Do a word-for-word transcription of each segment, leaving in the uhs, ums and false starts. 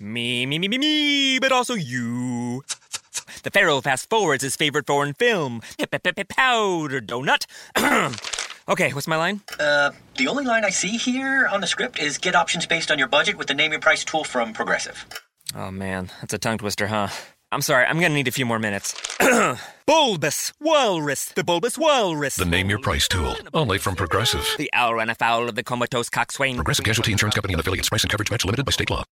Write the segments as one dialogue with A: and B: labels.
A: Me, me, me, me, me, but also you. The Pharaoh fast forwards his favorite foreign film, Powder Donut. Okay, what's my line?
B: Uh, the only line I see here on the script is get options based on your budget with the Name Your Price tool from Progressive.
A: Oh man, that's a tongue twister, huh? I'm sorry, I'm gonna need a few more minutes. Bulbous Walrus, the Bulbous Walrus.
C: The Name Your Price tool, only from Progressive.
A: The owl ran afoul of the comatose coxswain.
C: Progressive Casualty Insurance Company and affiliates. Price and coverage match limited by state law.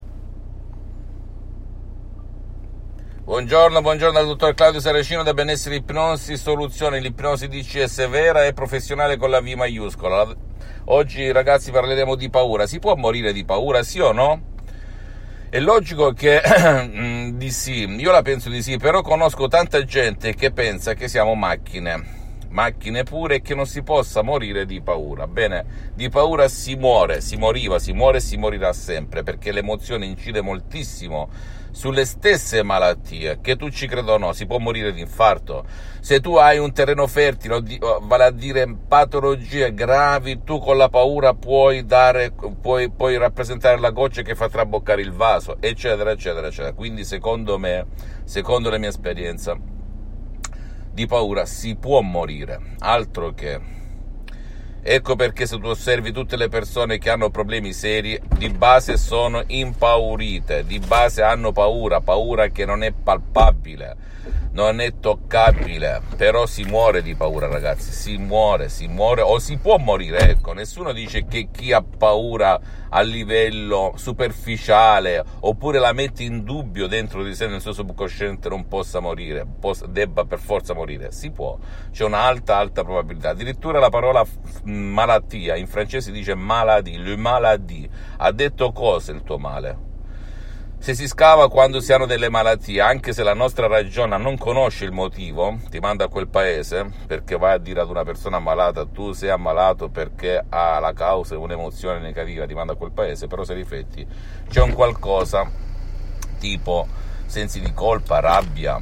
D: Buongiorno, buongiorno dal dottor Claudio Saracino da Benessere Ipnosi Soluzioni, l'ipnosi D C S vera e professionale con la V maiuscola. Oggi ragazzi parleremo di paura. Si può morire di paura, sì o no? È logico che di sì, io la penso di sì, però conosco tanta gente che pensa che siamo macchine. Macchine pure e che non si possa morire di paura. Bene, di paura si muore, si moriva, si muore e si morirà sempre, perché l'emozione incide moltissimo sulle stesse malattie, che tu ci creda o no. Si può morire di infarto. Se tu hai un terreno fertile, vale a dire patologie gravi, tu con la paura puoi dare, puoi, puoi rappresentare la goccia che fa traboccare il vaso, eccetera, eccetera, eccetera. Quindi secondo me, secondo la mia esperienza, di paura si può morire, altro che. Ecco perché se tu osservi tutte le persone che hanno problemi seri, di base sono impaurite, di base hanno paura, paura che non è palpabile, non è toccabile, però si muore di paura ragazzi, si muore, si muore o si può morire, ecco, nessuno dice che chi ha paura a livello superficiale oppure la mette in dubbio dentro di sé nel suo subconsciente non possa morire, possa, debba per forza morire, si può, c'è un'alta alta probabilità, addirittura la parola malattia in francese dice maladie, le maladie, ha detto cosa il tuo male? Se si scava quando si hanno delle malattie, anche se la nostra ragione non conosce il motivo, ti manda a quel paese, perché vai a dire ad una persona ammalata, tu sei ammalato perché ha la causa di un'emozione negativa, ti manda a quel paese, però se rifletti c'è un qualcosa tipo sensi di colpa, rabbia,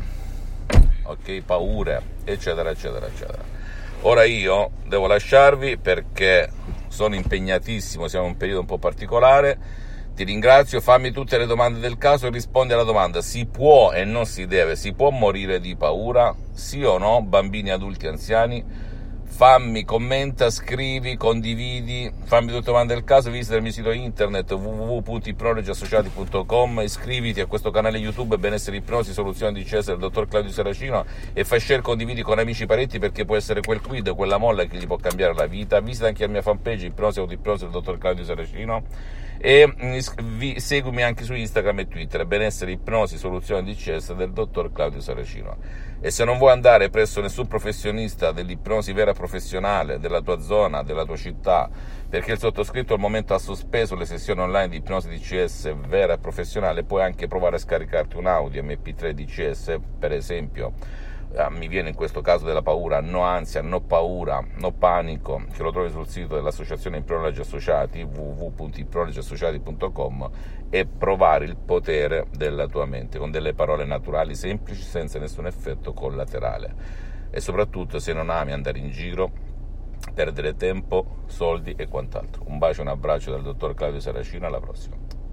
D: ok, paure, eccetera, eccetera, eccetera. Ora io devo lasciarvi perché sono impegnatissimo, siamo in un periodo un po' particolare. Ti ringrazio, fammi tutte le domande del caso e rispondi alla domanda: si può e non si deve, si può morire di paura? Sì o no? Bambini, adulti, anziani? Fammi, commenta, scrivi, condividi, fammi tutte le domande del caso, visita il mio sito internet w w w punto ipnologiassociati punto com, iscriviti a questo canale YouTube Benessere Ipnosi Soluzioni D C S del dottor Claudio Saracino e fai share, condividi con amici e parenti perché può essere quel quid, quella molla che gli può cambiare la vita. Visita anche la mia fanpage Ipnosi Autoipnosi del dottor Claudio Saracino e vi, seguimi anche su Instagram e Twitter Benessere Ipnosi Soluzioni D C S del dottor Claudio Saracino. E se non vuoi andare presso nessun professionista dell'ipnosi vera professionale della tua zona, della tua città, perché il sottoscritto al momento ha sospeso le sessioni online di ipnosi D C S vera e professionale, puoi anche provare a scaricarti un audio M P tre D C S, per esempio. Ah, mi viene in questo caso della paura, no ansia, no paura, no panico, che lo trovi sul sito dell'associazione Ipnologi Associati w w w punto ipnologi associati punto com, e provare il potere della tua mente con delle parole naturali, semplici, senza nessun effetto collaterale. E soprattutto, se non ami andare in giro, perdere tempo, soldi e quant'altro. Un bacio e un abbraccio dal dottor Claudio Saracino, alla prossima.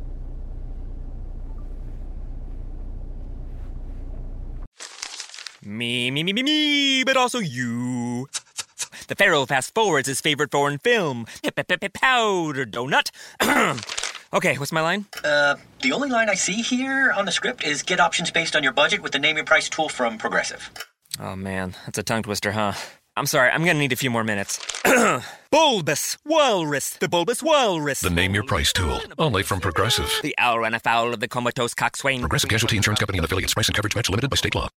A: Me, me, me, me, me, but also you. The Pharaoh fast forwards his favorite foreign film, Powder Donut. Okay, what's my line?
B: Uh, the only line I see here on the script is get options based on your budget with the Name Your Price tool from Progressive.
A: Oh man, that's a tongue twister, huh? I'm sorry, I'm gonna need a few more minutes. Bulbous Walrus, the Bulbous Walrus.
C: The Name Your Price tool, only from Progressive.
A: The owl ran afoul of the comatose coxswain.
C: Progressive Casualty Insurance Company and affiliates. Price and coverage match limited by state law.